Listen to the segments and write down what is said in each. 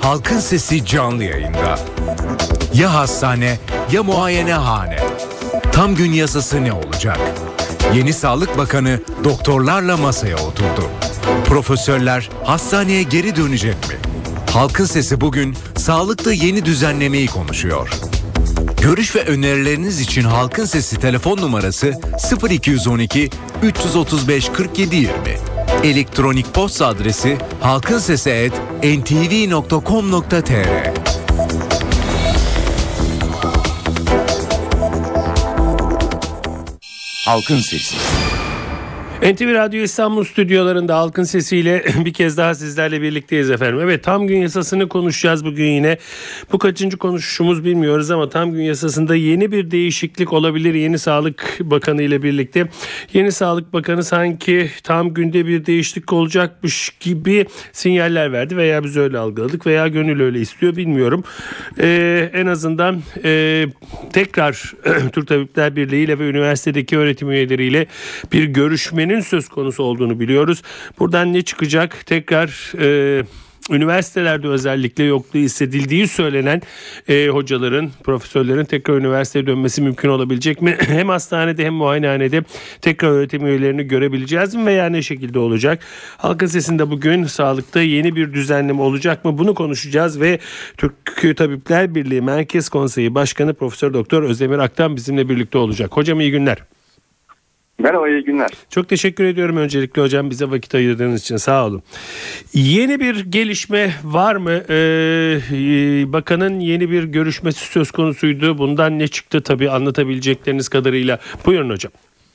Halkın Sesi canlı yayında. Ya hastane ya muayenehane. Tam gün yasası ne olacak? Yeni Sağlık Bakanı doktorlarla masaya oturdu. Profesörler hastaneye geri dönecek mi? Halkın Sesi bugün sağlıkta yeni düzenlemeyi konuşuyor. Görüş ve önerileriniz için Halkın Sesi telefon numarası 0212 335 47 20. Elektronik posta adresi halkinsesi@ntv.com.tr. Halkın Sesi. NTV Radyo İstanbul stüdyolarında Halkın Sesi'yle bir kez daha sizlerle birlikteyiz efendim. Evet, tam gün yasasını konuşacağız bugün yine. Bu kaçıncı konuşuşumuz bilmiyoruz ama tam gün yasasında yeni bir değişiklik olabilir yeni Sağlık Bakanı ile birlikte. Yeni Sağlık Bakanı sanki tam günde bir değişiklik olacakmış gibi sinyaller verdi veya biz öyle algıladık veya gönül öyle istiyor bilmiyorum. En azından tekrar Türk Tabipler Birliği ile ve üniversitedeki öğretim üyeleriyle bir görüşmenin söz konusu olduğunu biliyoruz. Buradan ne çıkacak? Tekrar üniversitelerde özellikle yokluğu hissedildiği söylenen hocaların, profesörlerin tekrar üniversiteye dönmesi mümkün olabilecek mi? Hem hastanede hem muayenehanede tekrar öğretim üyelerini görebileceğiz mi veya ne şekilde olacak? Halkın Sesi'nde bugün sağlıkta yeni bir düzenleme olacak mı? Bunu konuşacağız ve Türk Tabipler Birliği Merkez Konseyi Başkanı Profesör Doktor Özdemir Aktan bizimle birlikte olacak. Hocam iyi günler. Merhaba, iyi günler. Çok teşekkür ediyorum öncelikle hocam bize vakit ayırdığınız için, sağ olun. Yeni bir gelişme var mı? Bakanın yeni bir görüşmesi söz konusuydu. Bundan ne çıktı tabii anlatabilecekleriniz kadarıyla. Buyurun hocam.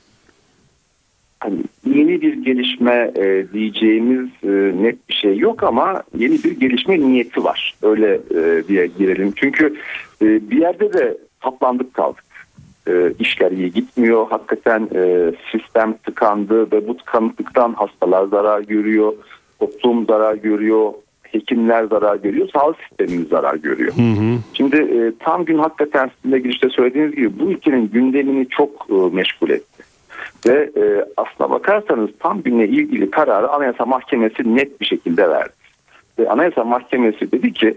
Yeni bir gelişme diyeceğimiz net bir şey yok ama yeni bir gelişme niyeti var. Öyle diye girelim. Çünkü bir yerde de saplandık kaldık. İşler iyi gitmiyor. Hakikaten sistem tıkandı ve bu tıkanıklıktan hastalar zarar görüyor, toplum zarar görüyor, hekimler zarar görüyor, sağlık sistemimiz zarar görüyor. Şimdi tam gün hakikaten sizin de girişte söylediğiniz gibi bu ülkenin gündemini çok meşgul etti. Ve aslına bakarsanız tam günle ilgili kararı Anayasa Mahkemesi net bir şekilde verdi. Ve Anayasa Mahkemesi dedi ki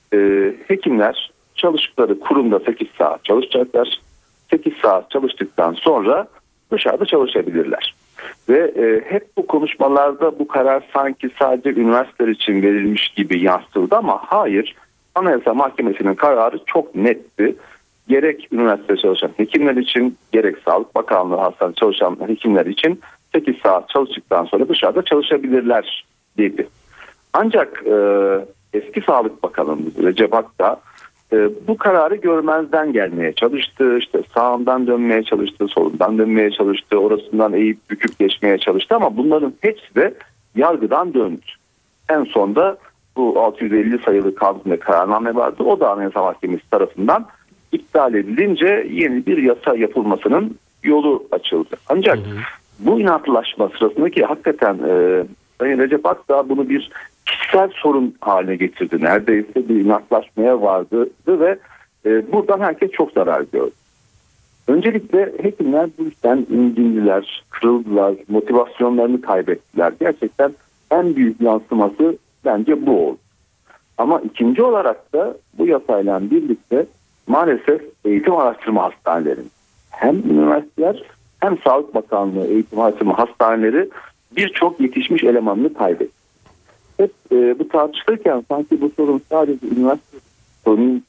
hekimler çalıştıkları kurumda 8 saat çalışacaklar. 8 saat çalıştıktan sonra dışarıda çalışabilirler. Ve hep bu konuşmalarda bu karar sanki sadece üniversiteler için verilmiş gibi yansıtıldı ama hayır. Anayasa Mahkemesi'nin kararı çok netti. Gerek üniversitede çalışan hekimler için gerek Sağlık Bakanlığı hastanede çalışan hekimler için 8 saat çalıştıktan sonra dışarıda çalışabilirler dedi. Ancak eski Sağlık Bakanımız Recep Akta bu kararı görmezden gelmeye çalıştı. İşte sağından dönmeye çalıştı, solundan dönmeye çalıştı, orasından eğip büküp geçmeye çalıştı ama bunların hepsi de yargıdan döndü. En sonda bu 650 sayılı kanun ve kararname vardı. O da Anayasa Mahkemesi tarafından iptal edilince yeni bir yasa yapılmasının yolu açıldı. Ancak bu inatlaşma sırasındaki hakikaten Sayın Recep Akta bunu bir kişisel sorun haline getirdi. Neredeyse bir inatlaşmaya vardı ve buradan herkes çok zarar gördü. Öncelikle hekimler bu işten incindiler, kırıldılar, motivasyonlarını kaybettiler. Gerçekten en büyük yansıması bence bu oldu. Ama ikinci olarak da bu yasayla birlikte maalesef eğitim araştırma hastaneleri hem üniversiteler hem Sağlık Bakanlığı eğitim araştırma hastaneleri birçok yetişmiş elemanını kaybetti. Hep bu tartışılırken sanki bu sorun sadece üniversite sorunu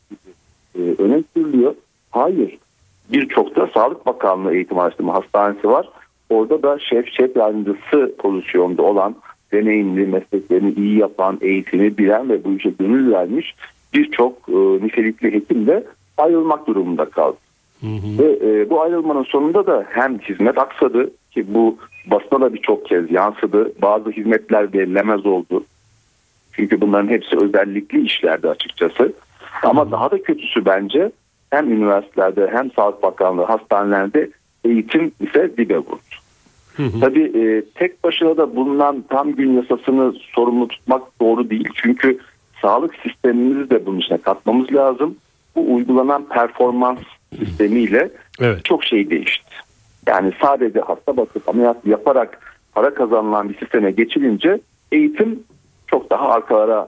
öne sürülüyor. Hayır. Birçok da Sağlık Bakanlığı Eğitim Araştırma Hastanesi var. Orada da şef yardımcısı pozisyonda olan, deneyimli, mesleklerini iyi yapan, eğitimi bilen ve bu işe gönül vermiş birçok nitelikli hekim de ayrılmak durumunda kaldı. Ve bu ayrılmanın sonunda da hem hizmet aksadı ki bu basına da birçok kez yansıdı. Bazı hizmetler verilemez oldu. Çünkü bunların hepsi özellikli işlerdi açıkçası. Ama daha da kötüsü bence hem üniversitelerde hem Sağlık Bakanlığı hastanelerde eğitim ise dibe vurdu. Tabii tek başına da bulunan tam gün yasasını sorumlu tutmak doğru değil. Çünkü sağlık sistemimizi de bunun içine katmamız lazım. Bu uygulanan performans sistemiyle çok şey değişti. Yani sadece hasta bakıp ameliyat yaparak para kazanılan bir sisteme geçilince eğitim çok daha arkalara attı.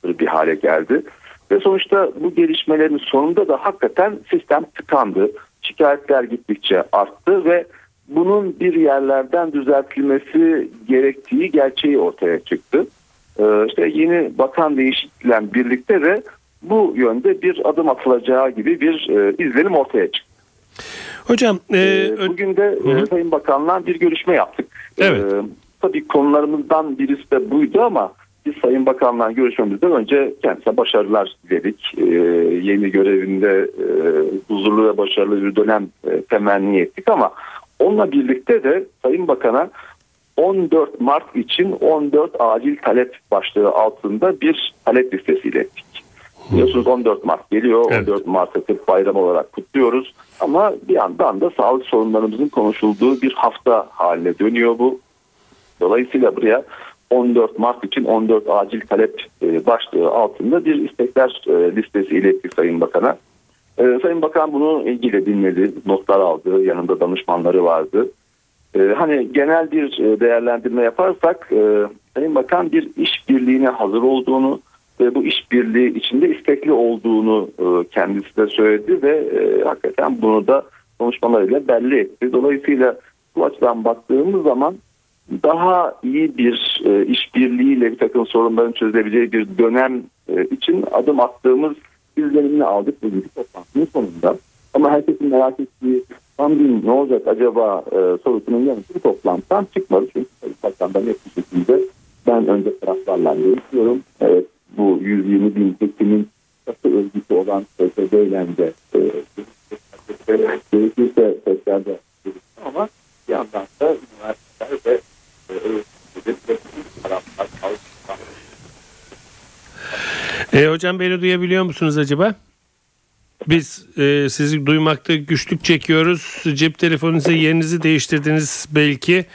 bir hale geldi. Ve sonuçta bu gelişmelerin sonunda da hakikaten sistem tıkandı. Şikayetler gittikçe arttı ve bunun bir yerlerden düzeltilmesi gerektiği gerçeği ortaya çıktı. İşte yeni bakan değişiklikle birlikte de bu yönde bir adım atılacağı gibi bir izlenim ortaya çıktı. Hocam bugün de Sayın Bakan'la bir görüşme yaptık. Evet. Tabii konularımızdan birisi de buydu ama biz Sayın Bakan'la görüşmemizden önce kendisine başarılar diledik. Yeni görevinde huzurlu ve başarılı bir dönem temenni ettik ama onunla birlikte de Sayın Bakan'a 14 Mart için 14 acil talep başlığı altında bir talep listesi ilettik. Biliyorsunuz 14 Mart geliyor. Evet. 14 Mart'ı Tıp Bayramı olarak kutluyoruz. Ama bir yandan da sağlık sorunlarımızın konuşulduğu bir hafta haline dönüyor bu. Dolayısıyla buraya 14 Mart için 14 acil talep başlığı altında bir istekler listesi ilettik Sayın Bakan'a. Sayın Bakan bunu ilgiyle dinledi, notlar aldı, yanında danışmanları vardı. Hani genel bir değerlendirme yaparsak Sayın Bakan bir işbirliğine hazır olduğunu ve bu işbirliği içinde istekli olduğunu kendisi de söyledi ve hakikaten bunu da konuşmalarıyla belli etti. Dolayısıyla bu açıdan baktığımız zaman daha iyi bir işbirliğiyle bir takım sorunların çözülebileceği bir dönem için adım attığımız izlenimini aldık bugünkü toplantının sonunda. Ama herkesin merak ettiği tam gün ne olacak acaba sorusunun yanıtı toplantıdan çıkmadı. Çünkü Bakan'dan net bir şekilde ben önce taraflarla görüşüyorum. Evet, bu 120 bin hekimin katı örgütü olan SSD'yle de gerekirse tekrarda ama bir yandan da üniversiteler ve hocam beni duyabiliyor musunuz acaba? Biz sizi duymakta güçlük çekiyoruz. Cep telefonunuza yerinizi değiştirdiniz belki.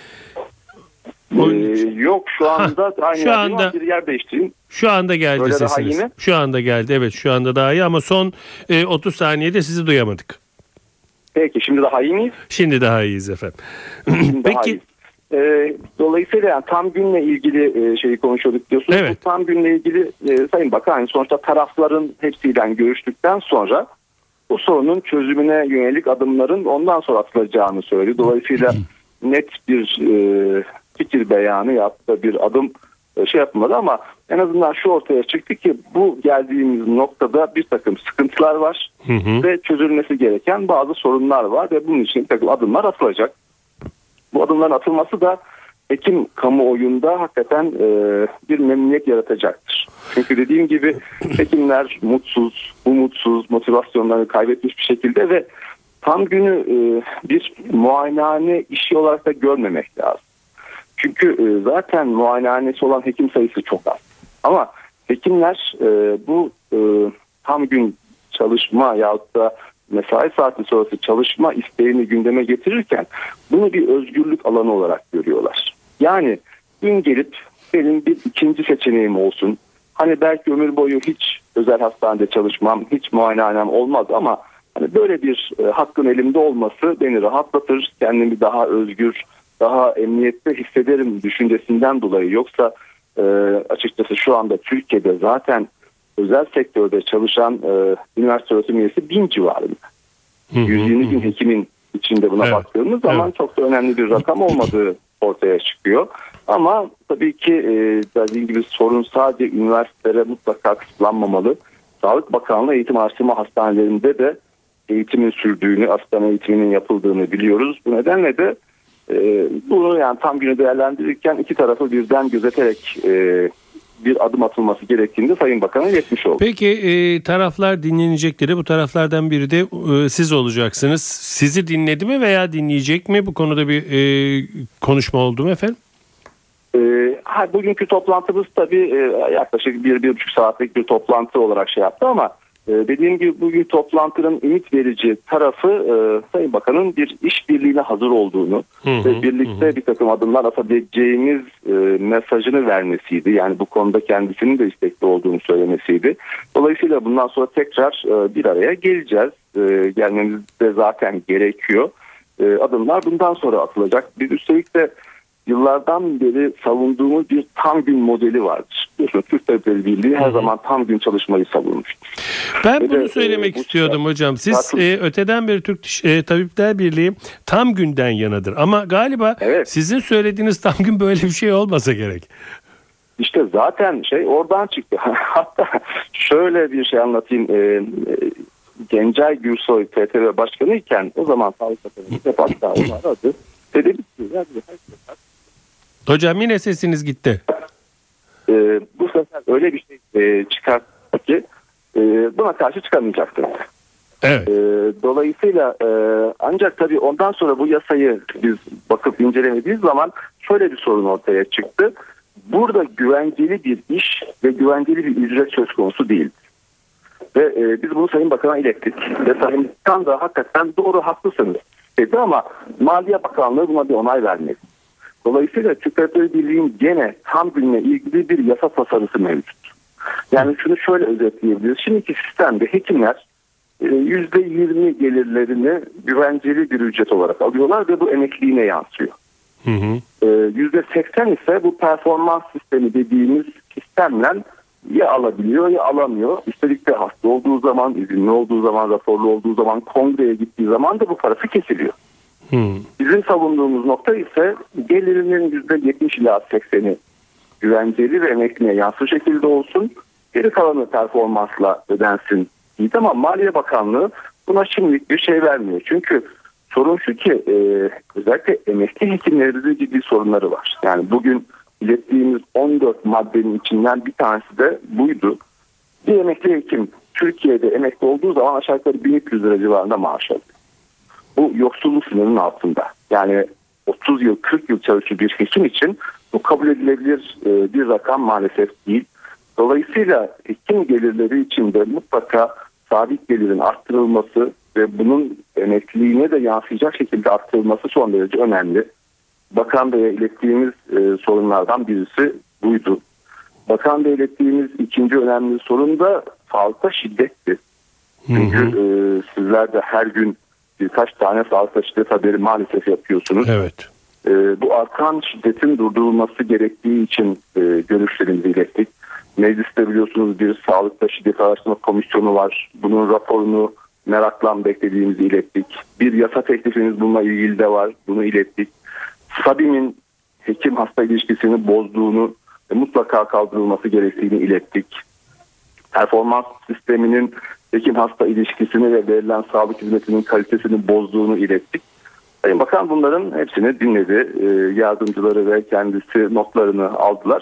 Yok şu anda aynı bir yer değiştireyim. Şu anda geldi böyle sesiniz. Şu anda geldi. Evet, şu anda daha iyi ama son 30 saniyede sizi duyamadık. Peki şimdi daha iyi miyiz? Şimdi daha iyiyiz efendim. Peki. Dolayısıyla yani tam günle ilgili şeyi konuşuyorduk diyorsunuz. Evet. Tam günle ilgili Sayın Bakan sonuçta tarafların hepsiyle görüştükten sonra bu sorunun çözümüne yönelik adımların ondan sonra atılacağını söyledi. Dolayısıyla net bir fikir beyanı yaptı, bir adım yapmadı ama en azından şu ortaya çıktı ki bu geldiğimiz noktada bir takım sıkıntılar var ve çözülmesi gereken bazı sorunlar var ve bunun için bir takım adımlar atılacak. Bu adımların atılması da hekim kamuoyunda hakikaten bir memnuniyet yaratacaktır. Çünkü dediğim gibi hekimler mutsuz, umutsuz, motivasyonlarını kaybetmiş bir şekilde ve tam günü bir muayenehane işi olarak da görmemek lazım. Çünkü zaten muayenehanesi olan hekim sayısı çok az. Ama hekimler bu tam gün çalışma yahut da mesai saati sonrası çalışma isteğini gündeme getirirken bunu bir özgürlük alanı olarak görüyorlar. Yani gün gelip benim bir ikinci seçeneğim olsun. Hani belki ömür boyu hiç özel hastanede çalışmam, hiç muayenehanem olmaz ama hani böyle bir hakkın elimde olması beni rahatlatır. Kendimi daha özgür, daha emniyette hissederim düşüncesinden dolayı. Yoksa açıkçası şu anda Türkiye'de zaten özel sektörde çalışan üniversite öğretim üyesi 1000 civarında. 120 bin hekimin içinde buna baktığımız zaman çok da önemli bir rakam olmadığı ortaya çıkıyor. Ama tabii ki dediğim gibi sorun sadece üniversitelere mutlaka kısıtlanmamalı. Sağlık Bakanlığı eğitim araştırma hastanelerinde de eğitimin sürdüğünü, hastane eğitiminin yapıldığını biliyoruz. Bu nedenle de bunu yani tam günü değerlendirirken iki tarafı birden gözeterek bir adım atılması gerektiğini de Sayın Bakan'a iletmiş oldu. Peki taraflar dinlenecekleri, bu taraflardan biri de siz olacaksınız. Sizi dinledi mi veya dinleyecek mi? Bu konuda bir konuşma oldu mu efendim? Bugünkü toplantımız tabii yaklaşık 1-1,5 saatlik bir toplantı olarak yaptı ama dediğim gibi bugün toplantının ümit verici tarafı Sayın Bakan'ın bir işbirliğine hazır olduğunu ve birlikte bir takım adımlar atabileceğimiz mesajını vermesiydi. Yani bu konuda kendisinin de istekli olduğunu söylemesiydi. Dolayısıyla bundan sonra tekrar bir araya geleceğiz. Gelmemiz de zaten gerekiyor. Adımlar bundan sonra atılacak. Biz üstelik de yıllardan beri savunduğumuz bir tam gün modeli vardır. Türk Tabipleri Birliği her zaman tam gün çalışmayı savunmuştur. Ben bunu söylemek istiyordum hocam. Siz öteden beri Türk Tabipler Birliği tam günden yanadır. Ama galiba sizin söylediğiniz tam gün böyle bir şey olmasa gerek. İşte zaten oradan çıktı. Hatta şöyle bir şey anlatayım. Gencay Gürsoy TTV Başkanı iken o zaman Sağlık Bakanı hatta onu aradı. Dedi ki hocam yine sesiniz gitti. Bu sefer öyle bir şey çıkarttı ki buna karşı çıkamayacaktı. Evet. Dolayısıyla ancak tabii ondan sonra bu yasayı biz bakıp incelemediğimiz zaman şöyle bir sorun ortaya çıktı. Burada güvenceli bir iş ve güvenceli bir ücret söz konusu değil. Ve biz bunu Sayın Bakan'a ilettik. Ve Sayın Bakan da hakikaten doğru, haklısınız dedi ama Maliye Bakanlığı buna bir onay vermedi. Dolayısıyla Türk Tabipleri Birliği'nin gene tam günle ilgili bir yasa tasarısı mevcut. Yani şunu şöyle özetleyebiliriz. Şimdiki sistemde hekimler %20 gelirlerini güvenceli bir ücret olarak alıyorlar ve bu emekliliğine yansıyor. %80 ise bu performans sistemi dediğimiz sistemle ya alabiliyor ya alamıyor. Üstelik de hasta olduğu zaman, izinli olduğu zaman, raporlu olduğu zaman, kongreye gittiği zaman da bu parası kesiliyor. Bizim savunduğumuz nokta ise gelirinin %70 ila 80'i güvenceli ve emekliliğine yansır şekilde olsun. Geri kalanı performansla ödensin. Ama Maliye Bakanlığı buna şimdilik bir şey vermiyor. Çünkü sorun şu ki özellikle emekli hekimlerimizin ciddi sorunları var. Yani bugün ilettiğimiz 14 maddenin içinden bir tanesi de buydu. Bir emekli hekim Türkiye'de emekli olduğu zaman aşağı yukarı 1300 lira civarında maaş alıyor. Bu yoksulluk sınırının altında. Yani 30 yıl 40 yıl çalışan bir hekim için bu kabul edilebilir bir rakam maalesef değil. Dolayısıyla hekim gelirleri için de mutlaka sabit gelirin arttırılması ve bunun emekliliğine de yansıyacak şekilde arttırılması son derece önemli. Bakan Bey'e ilettiğimiz sorunlardan birisi buydu. Bakan Bey'e ilettiğimiz ikinci önemli sorun da sağlıkta şiddetti. Çünkü sizler de her gün birkaç tane sağlıkta şiddet haberi maalesef yapıyorsunuz. Evet. Bu artan şiddetin durdurulması gerektiği için görüşlerimizi ilettik. Mecliste biliyorsunuz bir sağlıkta şiddet araştırma komisyonu var. Bunun raporunu merakla beklediğimizi ilettik. Bir yasa teklifimiz bununla ilgili de var. Bunu ilettik. SABİM'in hekim hasta ilişkisini bozduğunu ve mutlaka kaldırılması gerektiğini ilettik. Performans sisteminin hekim hasta ilişkisini ve verilen sağlık hizmetinin kalitesini bozduğunu ilettik. Sayın Bakan bunların hepsini dinledi. Yardımcıları ve kendisi notlarını aldılar.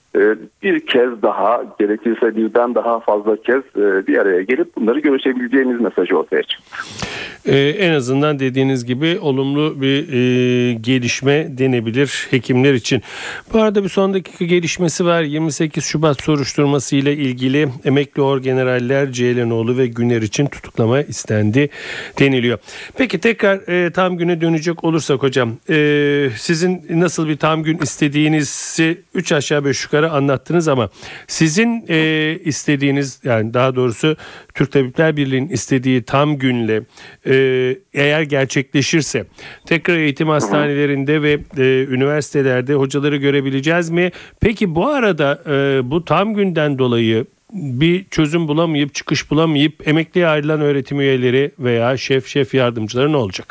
Bir kez daha, gerekirse birden daha fazla kez bir araya gelip bunları görüşebileceğimiz mesajı ortaya çıktı. En azından dediğiniz gibi olumlu bir gelişme denebilir hekimler için. Bu arada bir son dakika gelişmesi var. 28 Şubat soruşturması ile ilgili emekli orgeneraller Ceylenoğlu ve Güner için tutuklama istendi deniliyor. Peki tekrar tam güne dönecek olursak hocam, sizin nasıl bir tam gün istediğinizi 3 aşağı 5 yukarı anlattınız ama sizin istediğiniz, yani daha doğrusu Türk Tabipler Birliği'nin istediği tam günle eğer gerçekleşirse tekrar eğitim hastanelerinde ve üniversitelerde hocaları görebileceğiz mi? Peki bu arada bu tam günden dolayı bir çözüm bulamayıp, çıkış bulamayıp emekliye ayrılan öğretim üyeleri veya şef yardımcıları ne olacak?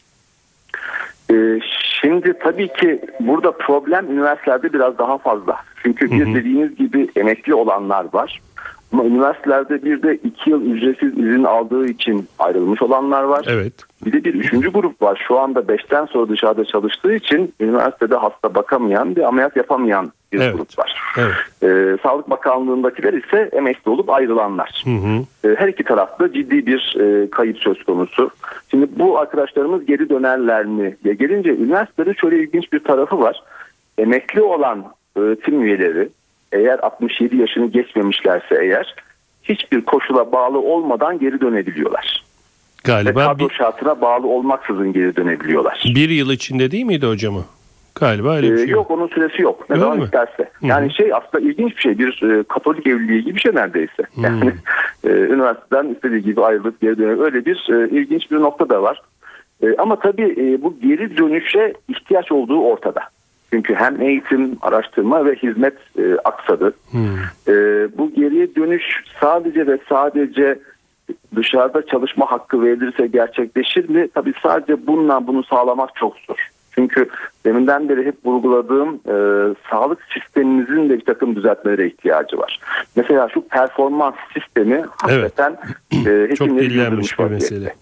Şimdi tabii ki burada problem üniversitelerde biraz daha fazla. Çünkü bir dediğiniz gibi emekli olanlar var. Ama üniversitelerde bir de 2 yıl ücretsiz izin aldığı için ayrılmış olanlar var. Evet. Bir de bir üçüncü grup var. Şu anda 5'ten sonra dışarıda çalıştığı için üniversitede hasta bakamayan ve ameliyat yapamayan bir grup var. Evet. Sağlık Bakanlığı'ndakiler ise emekli olup ayrılanlar. Her iki tarafta ciddi bir kayıp söz konusu. Şimdi bu arkadaşlarımız geri dönerler mi diye gelince üniversitede şöyle ilginç bir tarafı var. Emekli olan öğretim üyeleri eğer 67 yaşını geçmemişlerse eğer hiçbir koşula bağlı olmadan geri dönebiliyorlar. Galiba ve kadro şartına bağlı olmaksızın geri dönebiliyorlar. 1 yıl içinde değil miydi hocam? Galiba öyle bir şey yok. Onun süresi yok. Ne zaman isterse. Yani aslında ilginç bir şey. Bir Katolik evliliği gibi bir şey neredeyse. Yani üniversiteden istediği gibi ayrılıp geri dönüyor. Öyle bir ilginç bir nokta da var. Ama tabii bu geri dönüşe ihtiyaç olduğu ortada. Çünkü hem eğitim, araştırma ve hizmet aksadı. Bu geriye dönüş sadece ve sadece dışarıda çalışma hakkı verilirse gerçekleşir mi? Tabii sadece bununla bunu sağlamak çok zor. Çünkü deminden beri hep vurguladığım sağlık sistemimizin de bir takım düzeltmelere ihtiyacı var. Mesela şu performans sistemi hakikaten çok dillenmiş bir mesele.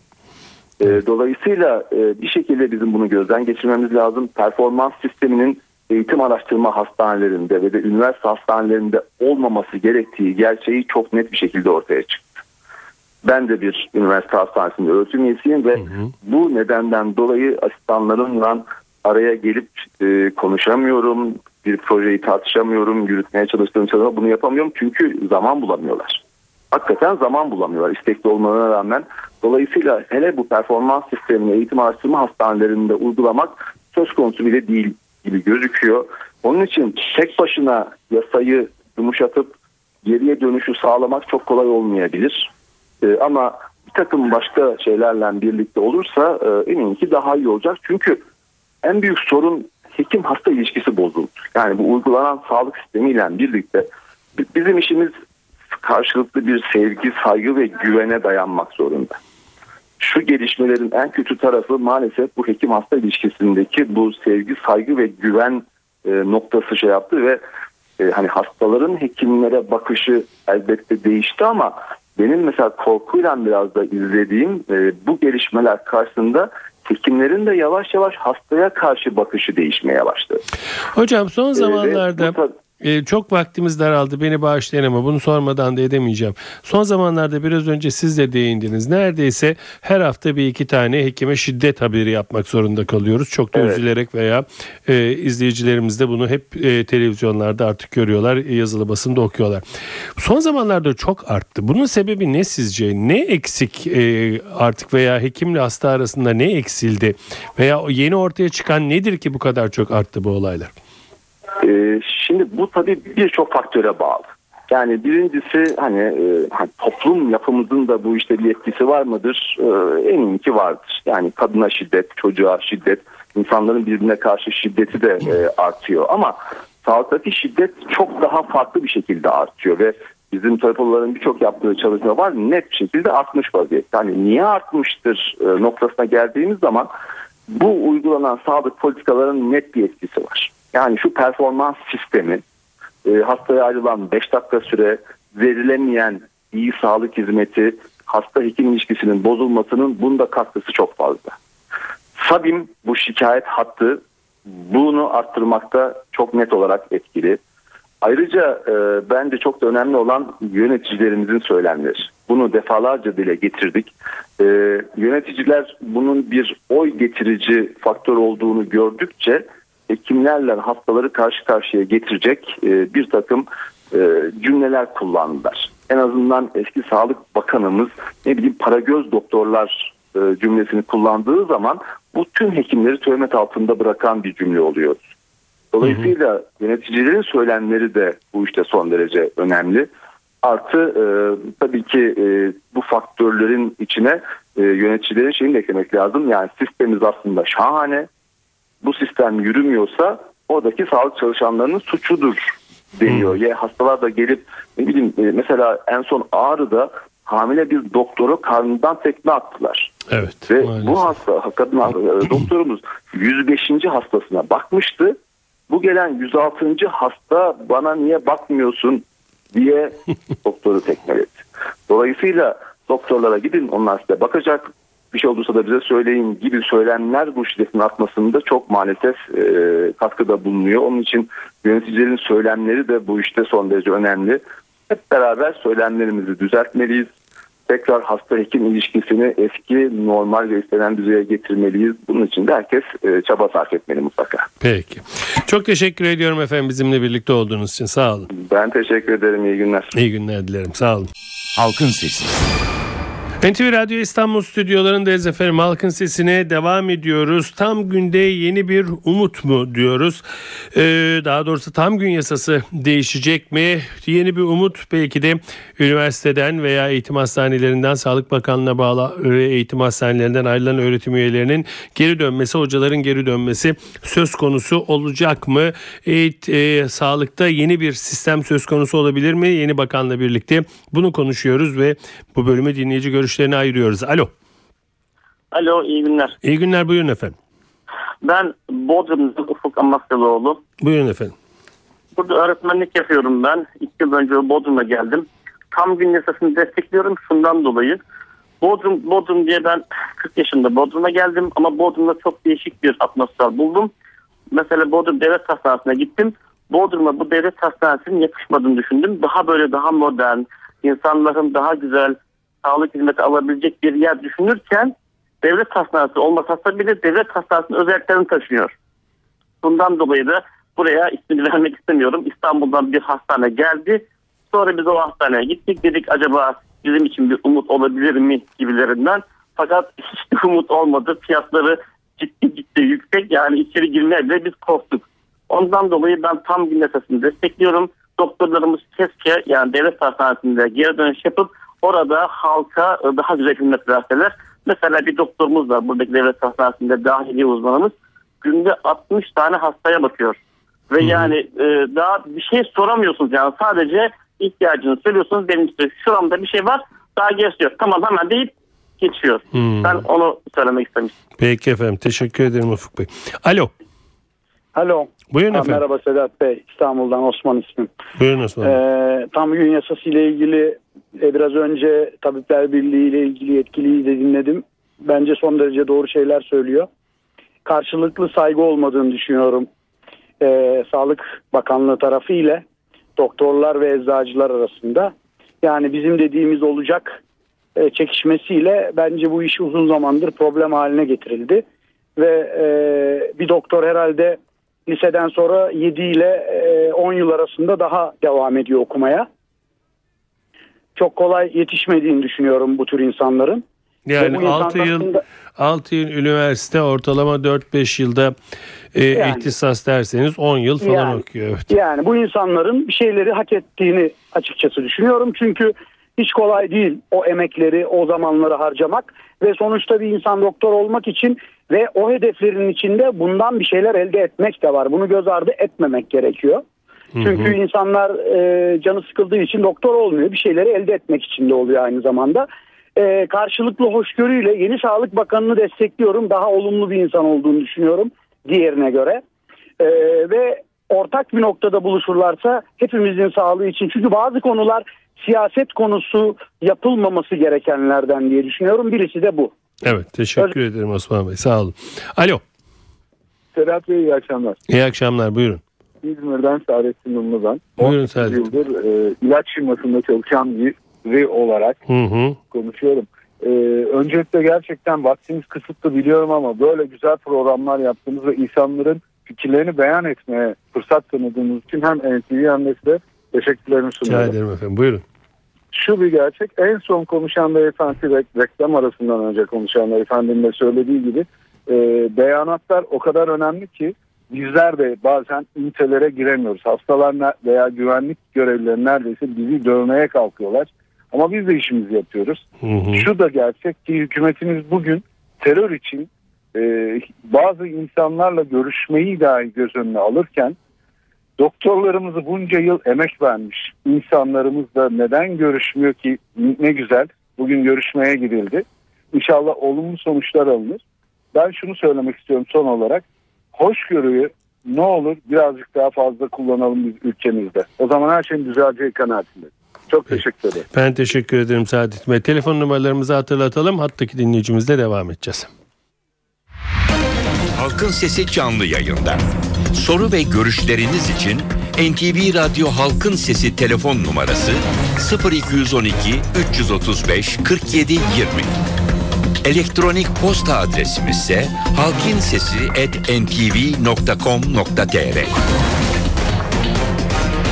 Dolayısıyla bir şekilde bizim bunu gözden geçirmemiz lazım. Performans sisteminin eğitim araştırma hastanelerinde ve de üniversite hastanelerinde olmaması gerektiği gerçeği çok net bir şekilde ortaya çıktı. Ben de bir üniversite hastanesinde öğretim üyesiyim ve bu nedenden dolayı asistanlarımla araya gelip konuşamıyorum. Bir projeyi tartışamıyorum. Yürütmeye çalıştığım sırada bunu yapamıyorum. Çünkü zaman bulamıyorlar. Hakikaten zaman bulamıyorlar istekli olmalarına rağmen. Dolayısıyla hele bu performans sistemini eğitim araştırma hastanelerinde uygulamak söz konusu bile değil gibi gözüküyor. Onun için tek başına yasayı yumuşatıp geriye dönüşü sağlamak çok kolay olmayabilir. Ama bir takım başka şeylerle birlikte olursa eminim ki daha iyi olacak. Çünkü en büyük sorun hekim hasta ilişkisi bozuldu. Yani bu uygulanan sağlık sistemiyle birlikte bizim işimiz karşılıklı bir sevgi, saygı ve güvene dayanmak zorunda. Şu gelişmelerin en kötü tarafı maalesef bu hekim hasta ilişkisindeki bu sevgi, saygı ve güven noktası şey yaptı ve hani hastaların hekimlere bakışı elbette değişti ama benim mesela korkuyla biraz da izlediğim bu gelişmeler karşısında hekimlerin de yavaş yavaş hastaya karşı bakışı değişmeye başladı. Hocam son zamanlarda çok vaktimiz daraldı, beni bağışlayın ama bunu sormadan da edemeyeceğim. Son zamanlarda biraz önce siz de değindiniz. Neredeyse her hafta bir iki tane hekime şiddet haberi yapmak zorunda kalıyoruz. Çok da üzülerek veya izleyicilerimiz de bunu hep televizyonlarda artık görüyorlar, yazılı basında okuyorlar. Son zamanlarda çok arttı. Bunun sebebi ne sizce? Ne eksik artık veya hekimle hasta arasında ne eksildi? Veya yeni ortaya çıkan nedir ki bu kadar çok arttı bu olaylar? Şimdi bu tabii birçok faktöre bağlı. Yani birincisi hani toplum yapımızın da bu işte bir etkisi var mıdır? Eminim ki vardır. Yani kadına şiddet, çocuğa şiddet, insanların birbirine karşı şiddeti de artıyor. Ama sağlıktaki şiddet çok daha farklı bir şekilde artıyor ve bizim tabiplerin birçok yaptığı çalışma var. Net bir şekilde artmış vaziyette. Yani niye artmıştır noktasına geldiğimiz zaman bu uygulanan sağlık politikalarının net bir etkisi var. Yani şu performans sistemi, hastaya ayrılan 5 dakika süre, verilemeyen iyi sağlık hizmeti, hasta hekim ilişkisinin bozulmasının bunda katkısı çok fazla. SABİM bu şikayet hattı bunu arttırmakta çok net olarak etkili. Ayrıca bence çok da önemli olan yöneticilerimizin söylemleri. Bunu defalarca dile getirdik. Yöneticiler bunun bir oy getirici faktör olduğunu gördükçe hekimlerle hastaları karşı karşıya getirecek bir takım cümleler kullandılar. En azından eski Sağlık Bakanımız para göz doktorlar cümlesini kullandığı zaman bu tüm hekimleri töhmet altında bırakan bir cümle oluyor. Dolayısıyla yöneticilerin söylemleri de bu işte son derece önemli. Artı tabii ki bu faktörlerin içine yöneticilerin şeyini eklemek lazım. Yani sistemimiz aslında şahane. Bu sistem yürümüyorsa oradaki sağlık çalışanlarının suçudur deniyor. Hastalar da gelip mesela en son Ağrı'da hamile bir doktoru karnından tekme attılar. Evet. Ve maalesef. bu kadın doktorumuz 105. hastasına bakmıştı. Bu gelen 106. hasta bana niye bakmıyorsun diye doktoru tekmeledi. Dolayısıyla doktorlara gidin, onlar size bakacak. Bir şey olursa da bize söyleyin gibi söylemler bu şiddetin artmasında çok maalesef katkıda bulunuyor. Onun için yöneticilerin söylemleri de bu işte son derece önemli. Hep beraber söylemlerimizi düzeltmeliyiz. Tekrar hasta hekim ilişkisini eski normal ve istenen düzeye getirmeliyiz. Bunun için de herkes çaba sarf etmeli mutlaka. Peki. Çok teşekkür ediyorum efendim bizimle birlikte olduğunuz için. Sağ olun. Ben teşekkür ederim. İyi günler. İyi günler dilerim. Sağ olun. Halkın Sesi. NTV Radyo İstanbul stüdyolarındayız efendim. Halkın Sesi'ne devam ediyoruz. Tam günde yeni bir umut mu diyoruz? Daha doğrusu tam gün yasası değişecek mi? Yeni bir umut belki de üniversiteden veya eğitim hastanelerinden, Sağlık Bakanlığı'na bağlı eğitim hastanelerinden ayrılan öğretim üyelerinin geri dönmesi, hocaların geri dönmesi söz konusu olacak mı? Sağlıkta yeni bir sistem söz konusu olabilir mi? Yeni bakanla birlikte bunu konuşuyoruz ve bu bölümü dinleyici görüşlerini ayırıyoruz. Alo. Alo, iyi günler. İyi günler, buyurun efendim. Ben Bodrum'dan Ufuk Amasyalıoğlu. Buyurun efendim. Burada öğretmenlik yapıyorum ben. 2 yıl önce Bodrum'a geldim. Tam gün yasasını destekliyorum şundan dolayı. Bodrum diye ben 40 yaşında Bodrum'a geldim ama Bodrum'da çok değişik bir atmosfer buldum. Mesela Bodrum Devlet Hastanesi'ne gittim. Bodrum'a bu devlet hastanesinin yakışmadığını düşündüm. Daha modern, insanların daha güzel sağlık hizmeti alabilecek bir yer düşünürken devlet hastanesi olmasa bile devlet hastanesinin özelliklerini taşıyor. Bundan dolayı da buraya ismini vermek istemiyorum. İstanbul'dan bir hastane geldi. Sonra biz o hastaneye gittik. Dedik acaba bizim için bir umut olabilir mi gibilerinden. Fakat hiç umut olmadı. Fiyatları ciddi yüksek. Yani içeri girmeye bile biz korktuk. Ondan dolayı ben tam gün yasasını destekliyorum. Doktorlarımız keşke yani devlet hastanesinde geri dönüş yapıp orada halka daha güzel hizmet verseler. Mesela bir doktorumuz var buradaki devlet hastanesinde, dahiliye uzmanımız. Günde 60 tane hastaya bakıyor. Ve yani daha bir şey soramıyorsunuz yani sadece ihtiyacını söylüyorsunuz. Benim işte şuramda bir şey var, daha gerisi yok. Tamam hemen deyip geçiyor. Ben onu söylemek istemiştim. Peki efendim, teşekkür ederim Ufuk Bey. Alo. Alo. Buyurun efendim. Merhaba Sedat Bey. İstanbul'dan Osman ismim. Buyurun Osman. Tam gün yasası ile ilgili biraz önce Tabipler Birliği ile ilgili yetkiliyi de dinledim. Bence son derece doğru şeyler söylüyor. Karşılıklı saygı olmadığını düşünüyorum. Sağlık Bakanlığı tarafı ile doktorlar ve eczacılar arasında. Yani bizim dediğimiz olacak çekişmesiyle bence bu iş uzun zamandır problem haline getirildi. Ve bir doktor herhalde liseden sonra 7 ile 10 yıl arasında daha devam ediyor okumaya. Çok kolay yetişmediğini düşünüyorum bu tür insanların. Yani 6 yıl üniversite, ortalama 4-5 yılda ihtisas derseniz 10 yıl falan okuyor. Evet. Yani bu insanların bir şeyleri hak ettiğini açıkçası düşünüyorum. Çünkü hiç kolay değil o emekleri, o zamanları harcamak. Ve sonuçta bir insan doktor olmak için ve o hedeflerin içinde bundan bir şeyler elde etmek de var. Bunu göz ardı etmemek gerekiyor. Çünkü insanlar canı sıkıldığı için doktor olmuyor. Bir şeyleri elde etmek için de oluyor aynı zamanda. Karşılıklı hoşgörüyle yeni Sağlık Bakanı'nı destekliyorum. Daha olumlu bir insan olduğunu düşünüyorum diğerine göre. Ve ortak bir noktada buluşurlarsa hepimizin sağlığı için. Çünkü bazı konular siyaset konusu yapılmaması gerekenlerden diye düşünüyorum. Birisi de bu. Evet, teşekkür ederim Osman Bey. Sağ olun. Alo. Sedat Bey, iyi akşamlar. İyi akşamlar, buyurun. İzmir'den Saadettin Umlu ben. Buyurun 30 Saadettin. yıldır ilaç firmasında çalışan biri olarak konuşuyorum. Öncelikle gerçekten vaktimiz kısıtlı biliyorum ama böyle güzel programlar yaptığınız ve insanların fikirlerini beyan etmeye fırsat tanıdığınız için hem NTV hem de size teşekkürlerimi sunuyorum. Rica ederim efendim, buyurun. Şu bir gerçek, en son konuşan beyefendi, reklam arasından önce konuşan beyefendinin de söylediği gibi beyanatlar o kadar önemli ki bizler de bazen ünitelere giremiyoruz. Hastalar veya güvenlik görevlileri neredeyse bizi dövmeye kalkıyorlar. Ama biz de işimizi yapıyoruz. Şu da gerçek ki hükümetimiz bugün terör için bazı insanlarla görüşmeyi dahi göz önüne alırken doktorlarımızı bunca yıl emek vermiş insanlarımız da neden görüşmüyor ki? Ne güzel. Bugün görüşmeye gidildi. İnşallah olumlu sonuçlar alınır. Ben şunu söylemek istiyorum son olarak. Hoşgörüyü ne olur birazcık daha fazla kullanalım biz ülkemizde. O zaman her şeyin düzeleceği kanaatindeyim. Çok teşekkür ederim. Ben teşekkür ederim Saadettin Bey. Telefon numaralarımızı hatırlatalım. Hattaki dinleyicimizle devam edeceğiz. Halkın Sesi canlı yayında. Soru ve görüşleriniz için NTV Radyo Halkın Sesi telefon numarası 0212 335 47 20. Elektronik posta adresimiz ise halkinsesi@ntv.com.tr.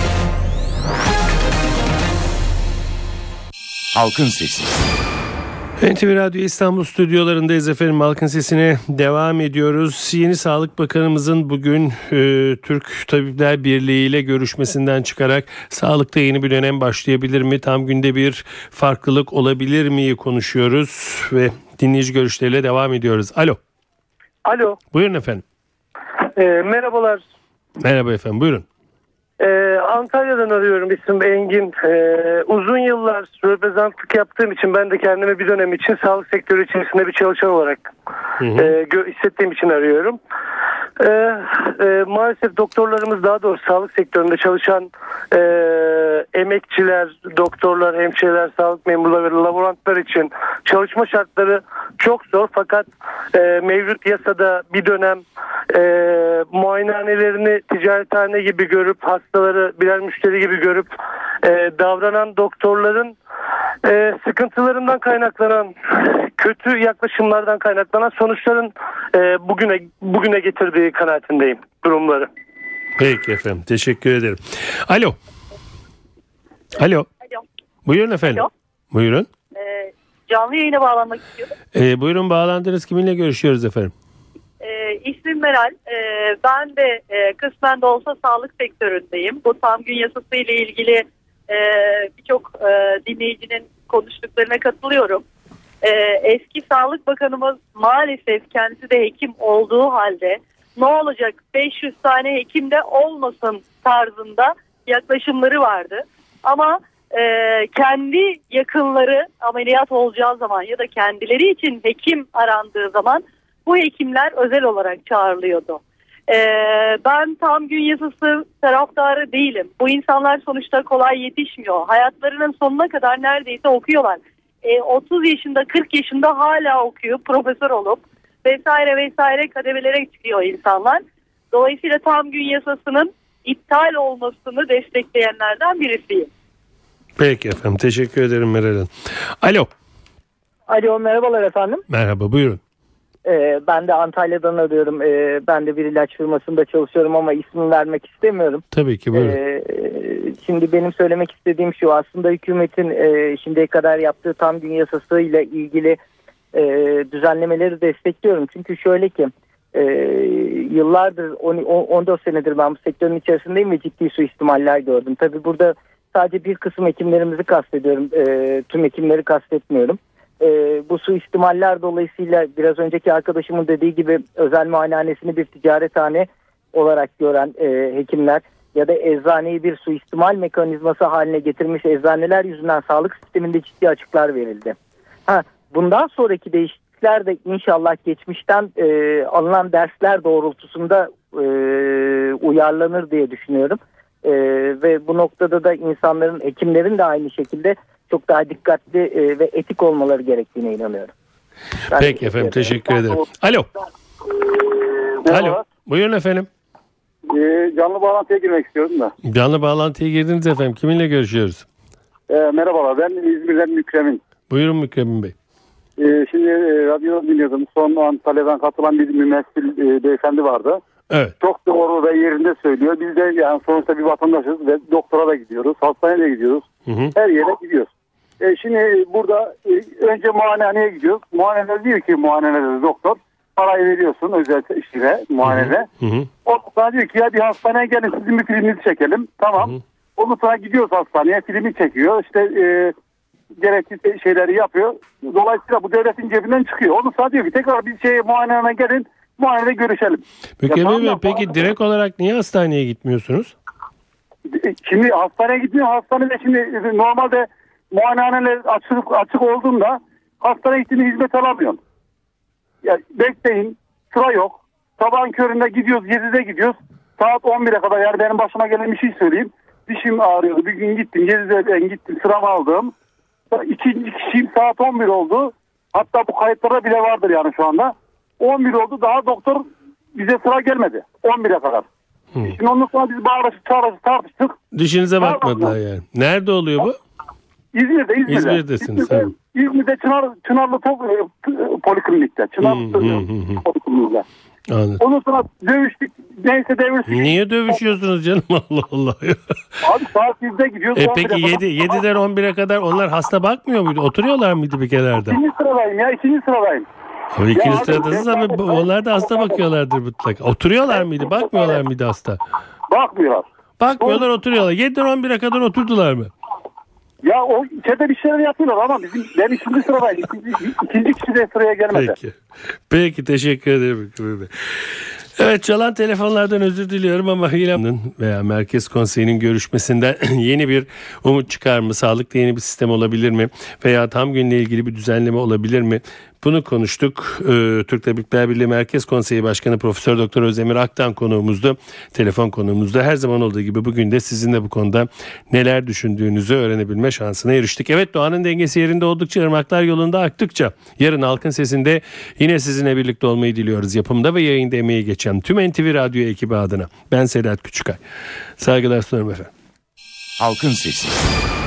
Halkın Sesi. NTV Radyo İstanbul stüdyolarındayız efendim. Halkın Sesi'ne devam ediyoruz. Yeni Sağlık Bakanımızın bugün Türk Tabipler Birliği ile görüşmesinden çıkarak sağlıkta yeni bir dönem başlayabilir mi? Tam günde bir farklılık olabilir mi konuşuyoruz ve dinleyici görüşleriyle devam ediyoruz. Alo. Alo. Buyurun efendim. Merhabalar. Merhaba efendim, buyurun. Antalya'dan arıyorum, ismim Engin. Uzun yıllar röpezantlık yaptığım için ben de kendimi bir dönem için sağlık sektörü içerisinde bir çalışan olarak hissettiğim için arıyorum. Maalesef doktorlarımız, daha doğrusu sağlık sektöründe çalışan emekçiler, doktorlar, hemşireler, sağlık memurları ve laborantlar için çalışma şartları çok zor. Fakat mevcut yasada bir dönem muayenehanelerini ticarethane gibi görüp, hastaları birer müşteri gibi görüp davranan doktorların sıkıntılarından kaynaklanan, kötü yaklaşımlardan kaynaklanan sonuçların bugüne getirdiği kanaatindeyim durumları. Peki efendim, teşekkür ederim. Alo. Alo. Buyurun efendim. Alo. Buyurun. Canlı yayına bağlanmak istiyorum. Buyurun, bağlandınız. Kiminle görüşüyoruz efendim? İsmim Meral. Ben de kısmen de olsa sağlık sektöründeyim. Bu tam gün yasası ile ilgili birçok dinleyicinin konuştuklarına katılıyorum. Eski Sağlık Bakanımız maalesef kendisi de hekim olduğu halde ne olacak 500 tane hekim de olmasın tarzında yaklaşımları vardı. Ama kendi yakınları ameliyat olacağı zaman ya da kendileri için hekim arandığı zaman bu hekimler özel olarak çağrılıyordu. Ben tam gün yasası taraftarı değilim. Bu insanlar sonuçta kolay yetişmiyor. Hayatlarının sonuna kadar neredeyse okuyorlar. 30 yaşında 40 yaşında hala okuyor, profesör olup vesaire kademelere çıkıyor insanlar. Dolayısıyla tam gün yasasının iptal olmasını destekleyenlerden birisiyim. Peki efendim, teşekkür ederim Meral Hanım. Alo. Alo, merhabalar efendim. Merhaba, buyurun. Ben de Antalya'dan arıyorum. Ben de bir ilaç firmasında çalışıyorum ama ismini vermek istemiyorum. Tabii ki, buyurun. Şimdi benim söylemek istediğim şu: aslında hükümetin şimdiye kadar yaptığı tam gün yasası ile ilgili düzenlemeleri destekliyorum. Çünkü şöyle ki yıllardır 14 senedir ben bu sektörün içerisindeyim ve ciddi suistimaller gördüm. Tabii burada sadece bir kısım hekimlerimizi kastediyorum. Tüm hekimleri kastetmiyorum. Bu suistimaller dolayısıyla biraz önceki arkadaşımın dediği gibi özel muayenehanesini bir ticarethane olarak gören hekimler ya da eczaneyi bir suistimal mekanizması haline getirmiş eczaneler yüzünden sağlık sisteminde ciddi açıklar verildi. Bundan sonraki değişiklikler de inşallah geçmişten alınan dersler doğrultusunda uyarlanır diye düşünüyorum. Ve bu noktada da insanların, hekimlerin de aynı şekilde çok daha dikkatli ve etik olmaları gerektiğine inanıyorum. Peki efendim, teşekkür ederim. Alo. Alo. Buyurun efendim. Canlı bağlantıya girmek istiyorum da. Canlı bağlantıya girdiniz efendim. Kiminle görüşüyoruz? Merhabalar, ben İzmir'den Mükremin. Buyurun Mükremin Bey. Şimdi radyo dinliyordum. Son Antalya'dan katılan bir mümessil beyefendi vardı. Evet. Çok doğru ve yerinde söylüyor. Biz de yani sonuçta bir vatandaşız ve doktora da gidiyoruz, hastaneye de gidiyoruz. Her yere gidiyoruz. Şimdi burada önce muayenehaneye gidiyoruz. Muayeneler diyor ki, muayenelerde doktor parayı veriyorsun özel işine, muayenede. O da diyor ki ya bir hastaneye gelin, sizin bir filminizi çekelim. Tamam. Ondan sonra gidiyoruz hastaneye, filmi çekiyor. İşte gerekli şeyleri yapıyor. Dolayısıyla bu devletin cebinden çıkıyor. Ondan sonra diyor ki tekrar bir muayeneye gelin, muayenede görüşelim. Mükremin Bey, peki direkt olarak niye hastaneye gitmiyorsunuz? Şimdi hastaneye gitmiyor. Hastanede şimdi normalde muayenehaneler açık olduğunda hastaneye gittiğinde hizmet alamıyorsun. Ya bekleyin, sıra yok. Sabahın köründe gidiyoruz, 7'de gidiyoruz. Saat 11'e kadar, yani benim başıma gelen bir şey söyleyeyim. Dişim ağrıyordu. Bir gün gittim, 7'de ben gittim, sıramı aldım. İkinci kişiyim, saat 11 oldu. Hatta bu kayıtlarda bile vardır yani şu anda. 11 oldu, daha doktor bize sıra gelmedi. 11'e kadar. Şimdi ondan sonra biz bağırışıp tartıştık. Dişinize bakmadılar yani. Nerede oluyor bu? İzmir'de. İzmir'desiniz. İzmir'de Çınarlı Poliklinik'te. Çınarlı Poliklinik'te. Anladım. Ondan sonra dövüştük. Neyse devirsik. Niye dövüşüyorsunuz canım? Allah Allah. Abi saat 1'de gidiyoruz. Peki 7'den 11'e kadar onlar hasta bakmıyor muydu? Oturuyorlar mıydı bir kenarda? İkinci sıradayım ya. İkinci sıradayım. Ama ikinci abi, sıradasınız ama onlar da hasta bakıyorlardır mutlaka. Oturuyorlar mıydı? Bakmıyorlar mıydı hasta? Bakmıyorlar. Bakmıyorlar, oturuyorlar. 7'den 11'e kadar oturdular mı? Ya o içeride bir şeyler yapıyorlar ama ben ikinci sıradayım. İkinci kişi de sıraya gelmedi. Peki teşekkür ederim. Evet, çalan telefonlardan özür diliyorum ama veya Merkez Konseyi'nin görüşmesinden yeni bir umut çıkar mı? Sağlıkta yeni bir sistem olabilir mi? Veya tam günle ilgili bir düzenleme olabilir mi? Bunu konuştuk. Türk Tabipler Birliği Merkez Konseyi Başkanı Profesör Doktor Özdemir Aktan konuğumuzdu. Telefon konuğumuzda. Her zaman olduğu gibi bugün de sizinle bu konuda neler düşündüğünüzü öğrenebilme şansına eriştik. Evet, doğanın dengesi yerinde oldukça, ırmaklar yolunda aktıkça yarın Halkın Sesi'nde yine sizinle birlikte olmayı diliyoruz. Yapımda ve yayında emeği geçen tüm NTV Radyo ekibi adına ben Sedat Küçükay. Saygılar sunarım efendim. Halkın Sesi.